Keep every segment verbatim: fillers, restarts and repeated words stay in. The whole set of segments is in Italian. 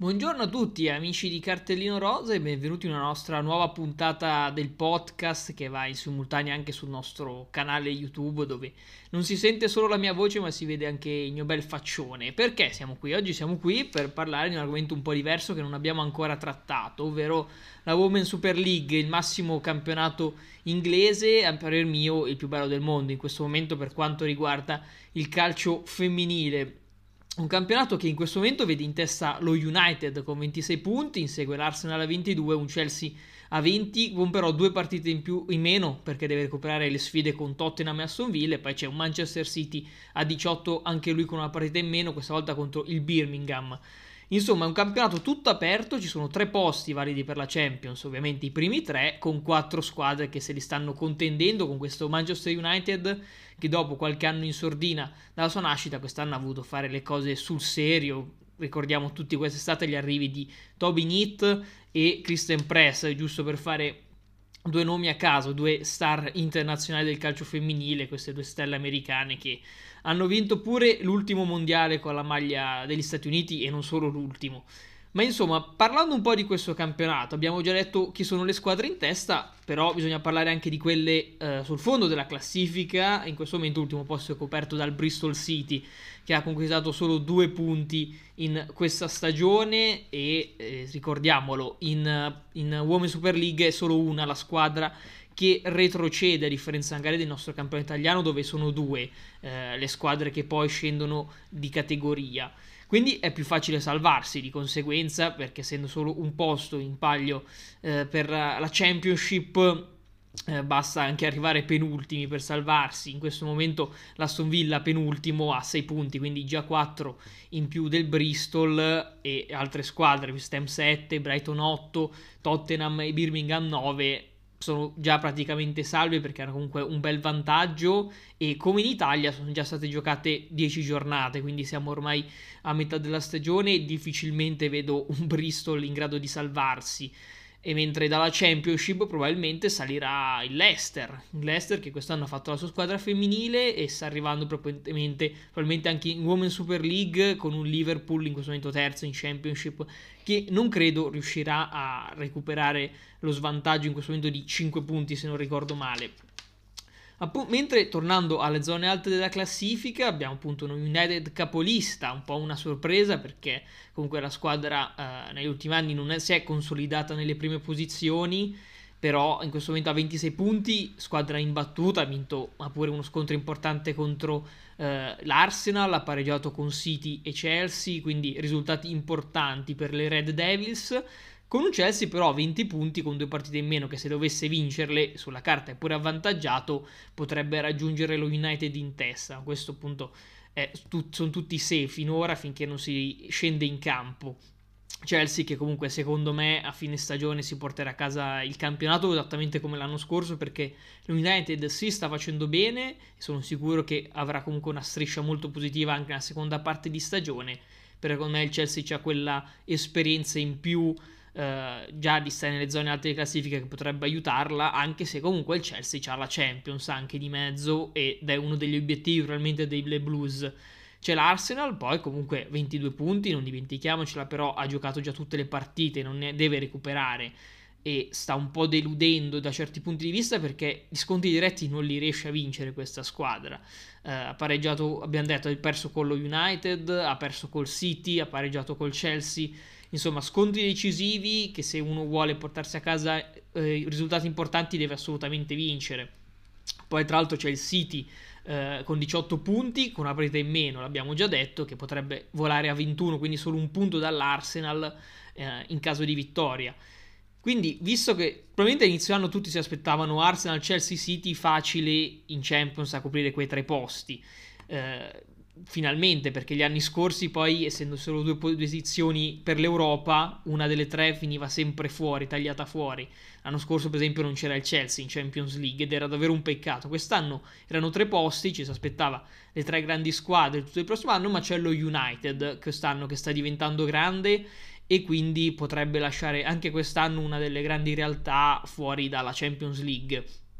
Buongiorno a tutti amici di Cartellino Rosa e benvenuti in una nostra nuova puntata del podcast che va in simultanea anche sul nostro canale YouTube, dove non si sente solo la mia voce ma si vede anche il mio bel faccione. Perché siamo qui? Oggi siamo qui per parlare di un argomento un po' diverso che non abbiamo ancora trattato, ovvero la Women's Super League, il massimo campionato inglese, a parer mio il più bello del mondo in questo momento per quanto riguarda il calcio femminile. Un campionato che in questo momento vede in testa lo United con ventisei punti, insegue l'Arsenal a ventidue, un Chelsea a venti, con però due partite in più in meno perché deve recuperare le sfide con Tottenham e Aston Villa, e poi c'è un Manchester City a diciotto, anche lui con una partita in meno, questa volta contro il Birmingham. Insomma, è un campionato tutto aperto, ci sono tre posti validi per la Champions, ovviamente i primi tre, con quattro squadre che se li stanno contendendo, con questo Manchester United che dopo qualche anno in sordina dalla sua nascita quest'anno ha voluto fare le cose sul serio. Ricordiamo tutti quest'estate gli arrivi di Toby Neath e Christen Press, giusto per fare due nomi a caso, due star internazionali del calcio femminile, queste due stelle americane che hanno vinto pure l'ultimo mondiale con la maglia degli Stati Uniti e non solo l'ultimo. Ma insomma, parlando un po' di questo campionato, abbiamo già detto chi sono le squadre in testa, però bisogna parlare anche di quelle eh, sul fondo della classifica. In questo momento l'ultimo posto è coperto dal Bristol City, che ha conquistato solo due punti in questa stagione e, eh, ricordiamolo, in, in Women's Super League è solo una la squadra che retrocede, a differenza magari del nostro campionato italiano dove sono due eh, le squadre che poi scendono di categoria. Quindi è più facile salvarsi di conseguenza, perché essendo solo un posto in palio eh, per la Championship eh, basta anche arrivare penultimi per salvarsi. In questo momento l'Aston Villa penultimo ha sei punti, quindi già quattro in più del Bristol, e altre squadre, West Ham sette, Brighton otto, Tottenham e Birmingham nove sono già praticamente salve perché hanno comunque un bel vantaggio, e come in Italia sono già state giocate dieci giornate, quindi siamo ormai a metà della stagione e difficilmente vedo un Bristol in grado di salvarsi. E mentre dalla Championship probabilmente salirà il Leicester, il Leicester che quest'anno ha fatto la sua squadra femminile e sta arrivando probabilmente, probabilmente anche in Women's Super League, con un Liverpool in questo momento terzo in Championship, che non credo riuscirà a recuperare lo svantaggio in questo momento di cinque punti, se non ricordo male. Appunto, mentre tornando alle zone alte della classifica abbiamo appunto un United capolista, un po' una sorpresa perché comunque la squadra eh, negli ultimi anni non è, si è consolidata nelle prime posizioni, però in questo momento ha ventisei punti, squadra imbattuta, ha vinto ha pure uno scontro importante contro eh, l'Arsenal, ha pareggiato con City e Chelsea, quindi risultati importanti per le Red Devils. Con un Chelsea però a venti punti, con due partite in meno, che se dovesse vincerle sulla carta è pure avvantaggiato, potrebbe raggiungere lo United in testa. Questo appunto è, tu, sono tutti safe finora finché non si scende in campo. Chelsea che comunque secondo me a fine stagione si porterà a casa il campionato esattamente come l'anno scorso, perché l'United si sta facendo bene e sono sicuro che avrà comunque una striscia molto positiva anche nella seconda parte di stagione, perché secondo me il Chelsea ha quella esperienza in più Uh, già di stare nelle zone alte di classifica che potrebbe aiutarla, anche se comunque il Chelsea ha la Champions anche di mezzo ed è uno degli obiettivi probabilmente dei Blue Blues. C'è l'Arsenal, poi comunque ventidue punti, non dimentichiamocela, però ha giocato già tutte le partite, non ne deve recuperare e sta un po' deludendo da certi punti di vista perché gli scontri diretti non li riesce a vincere questa squadra. Uh, ha pareggiato, abbiamo detto, ha perso con lo United, ha perso col City, ha pareggiato col Chelsea. Insomma, scontri decisivi che se uno vuole portarsi a casa eh, risultati importanti deve assolutamente vincere. Poi tra l'altro c'è il City eh, con diciotto punti, con una partita in meno, l'abbiamo già detto, che potrebbe volare a ventuno, quindi solo un punto dall'Arsenal eh, in caso di vittoria. Quindi, visto che probabilmente all'inizio anno tutti si aspettavano Arsenal, Chelsea, City facile in Champions a coprire quei tre posti, eh, finalmente, perché gli anni scorsi poi, essendo solo due posizioni per l'Europa, una delle tre finiva sempre fuori, tagliata fuori. L'anno scorso per esempio non c'era il Chelsea in Champions League ed era davvero un peccato. Quest'anno erano tre posti, ci si aspettava le tre grandi squadre tutto il prossimo anno, ma c'è lo United quest'anno che sta diventando grande e quindi potrebbe lasciare anche quest'anno una delle grandi realtà fuori dalla Champions League.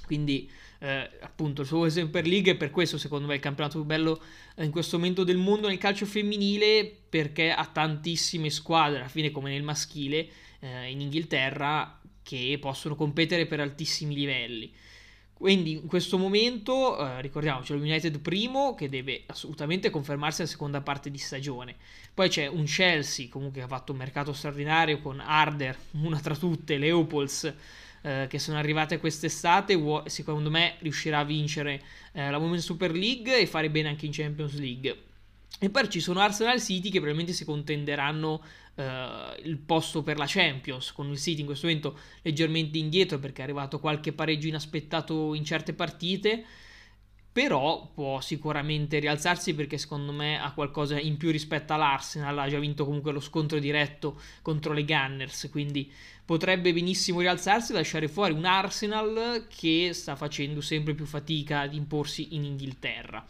quindi eh, appunto il suo Women's Super League è per questo secondo me il campionato più bello eh, in questo momento del mondo nel calcio femminile, perché ha tantissime squadre, alla fine come nel maschile eh, in Inghilterra, che possono competere per altissimi livelli. Quindi in questo momento eh, ricordiamoci lo United primo, che deve assolutamente confermarsi alla seconda parte di stagione. Poi c'è un Chelsea comunque che ha fatto un mercato straordinario con Harder, una tra tutte, Leopolds, eh, che sono arrivate quest'estate. Secondo me riuscirà a vincere eh, la Women's Super League e fare bene anche in Champions League. E poi ci sono Arsenal e City che probabilmente si contenderanno eh, il posto per la Champions, con il City in questo momento leggermente indietro perché è arrivato qualche pareggio inaspettato in certe partite, però può sicuramente rialzarsi perché secondo me ha qualcosa in più rispetto all'Arsenal, ha già vinto comunque lo scontro diretto contro le Gunners, quindi potrebbe benissimo rialzarsi e lasciare fuori un Arsenal che sta facendo sempre più fatica ad imporsi in Inghilterra.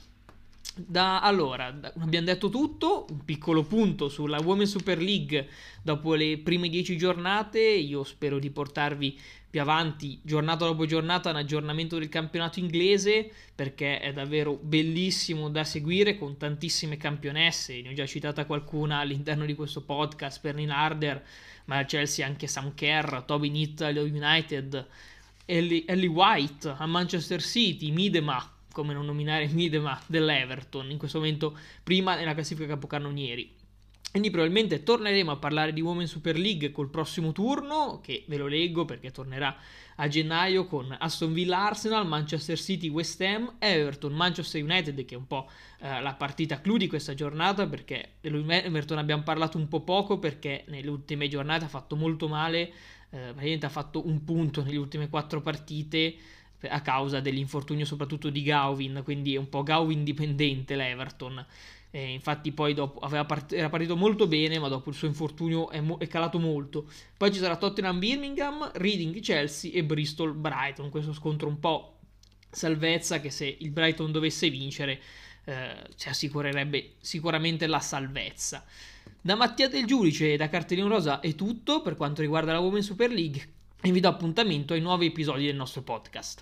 Da, allora, da, abbiamo detto tutto, un piccolo punto sulla Women's Super League dopo le prime dieci giornate. Io spero di portarvi più avanti, giornata dopo giornata, un aggiornamento del campionato inglese, perché è davvero bellissimo da seguire, con tantissime campionesse. Ne ho già citata qualcuna all'interno di questo podcast, Pernille Harder, ma al Chelsea anche Sam Kerr, Tobin Heath allo United, Ellie, Ellie White a Manchester City, Midema, come non nominare Midema dell'Everton, in questo momento prima nella classifica capocannonieri. Quindi probabilmente torneremo a parlare di Women's Super League col prossimo turno, che ve lo leggo perché tornerà a gennaio, con Aston Villa Arsenal, Manchester City West Ham, Everton Manchester United, che è un po' eh, la partita clou di questa giornata, perché dell'Everton abbiamo parlato un po' poco perché nelle ultime giornate ha fatto molto male, eh, praticamente ha fatto un punto nelle ultime quattro partite a causa dell'infortunio soprattutto di Gavin, quindi è un po' Gavin dipendente l'Everton. E infatti poi dopo aveva part- era partito molto bene, ma dopo il suo infortunio è, mo- è calato molto. Poi ci sarà Tottenham Birmingham, Reading Chelsea e Bristol Brighton, questo scontro un po' salvezza, che se il Brighton dovesse vincere eh, ci assicurerebbe sicuramente la salvezza. Da Mattia Del Giudice e da Cartellino Rosa è tutto per quanto riguarda la Women's Super League, e vi do appuntamento ai nuovi episodi del nostro podcast.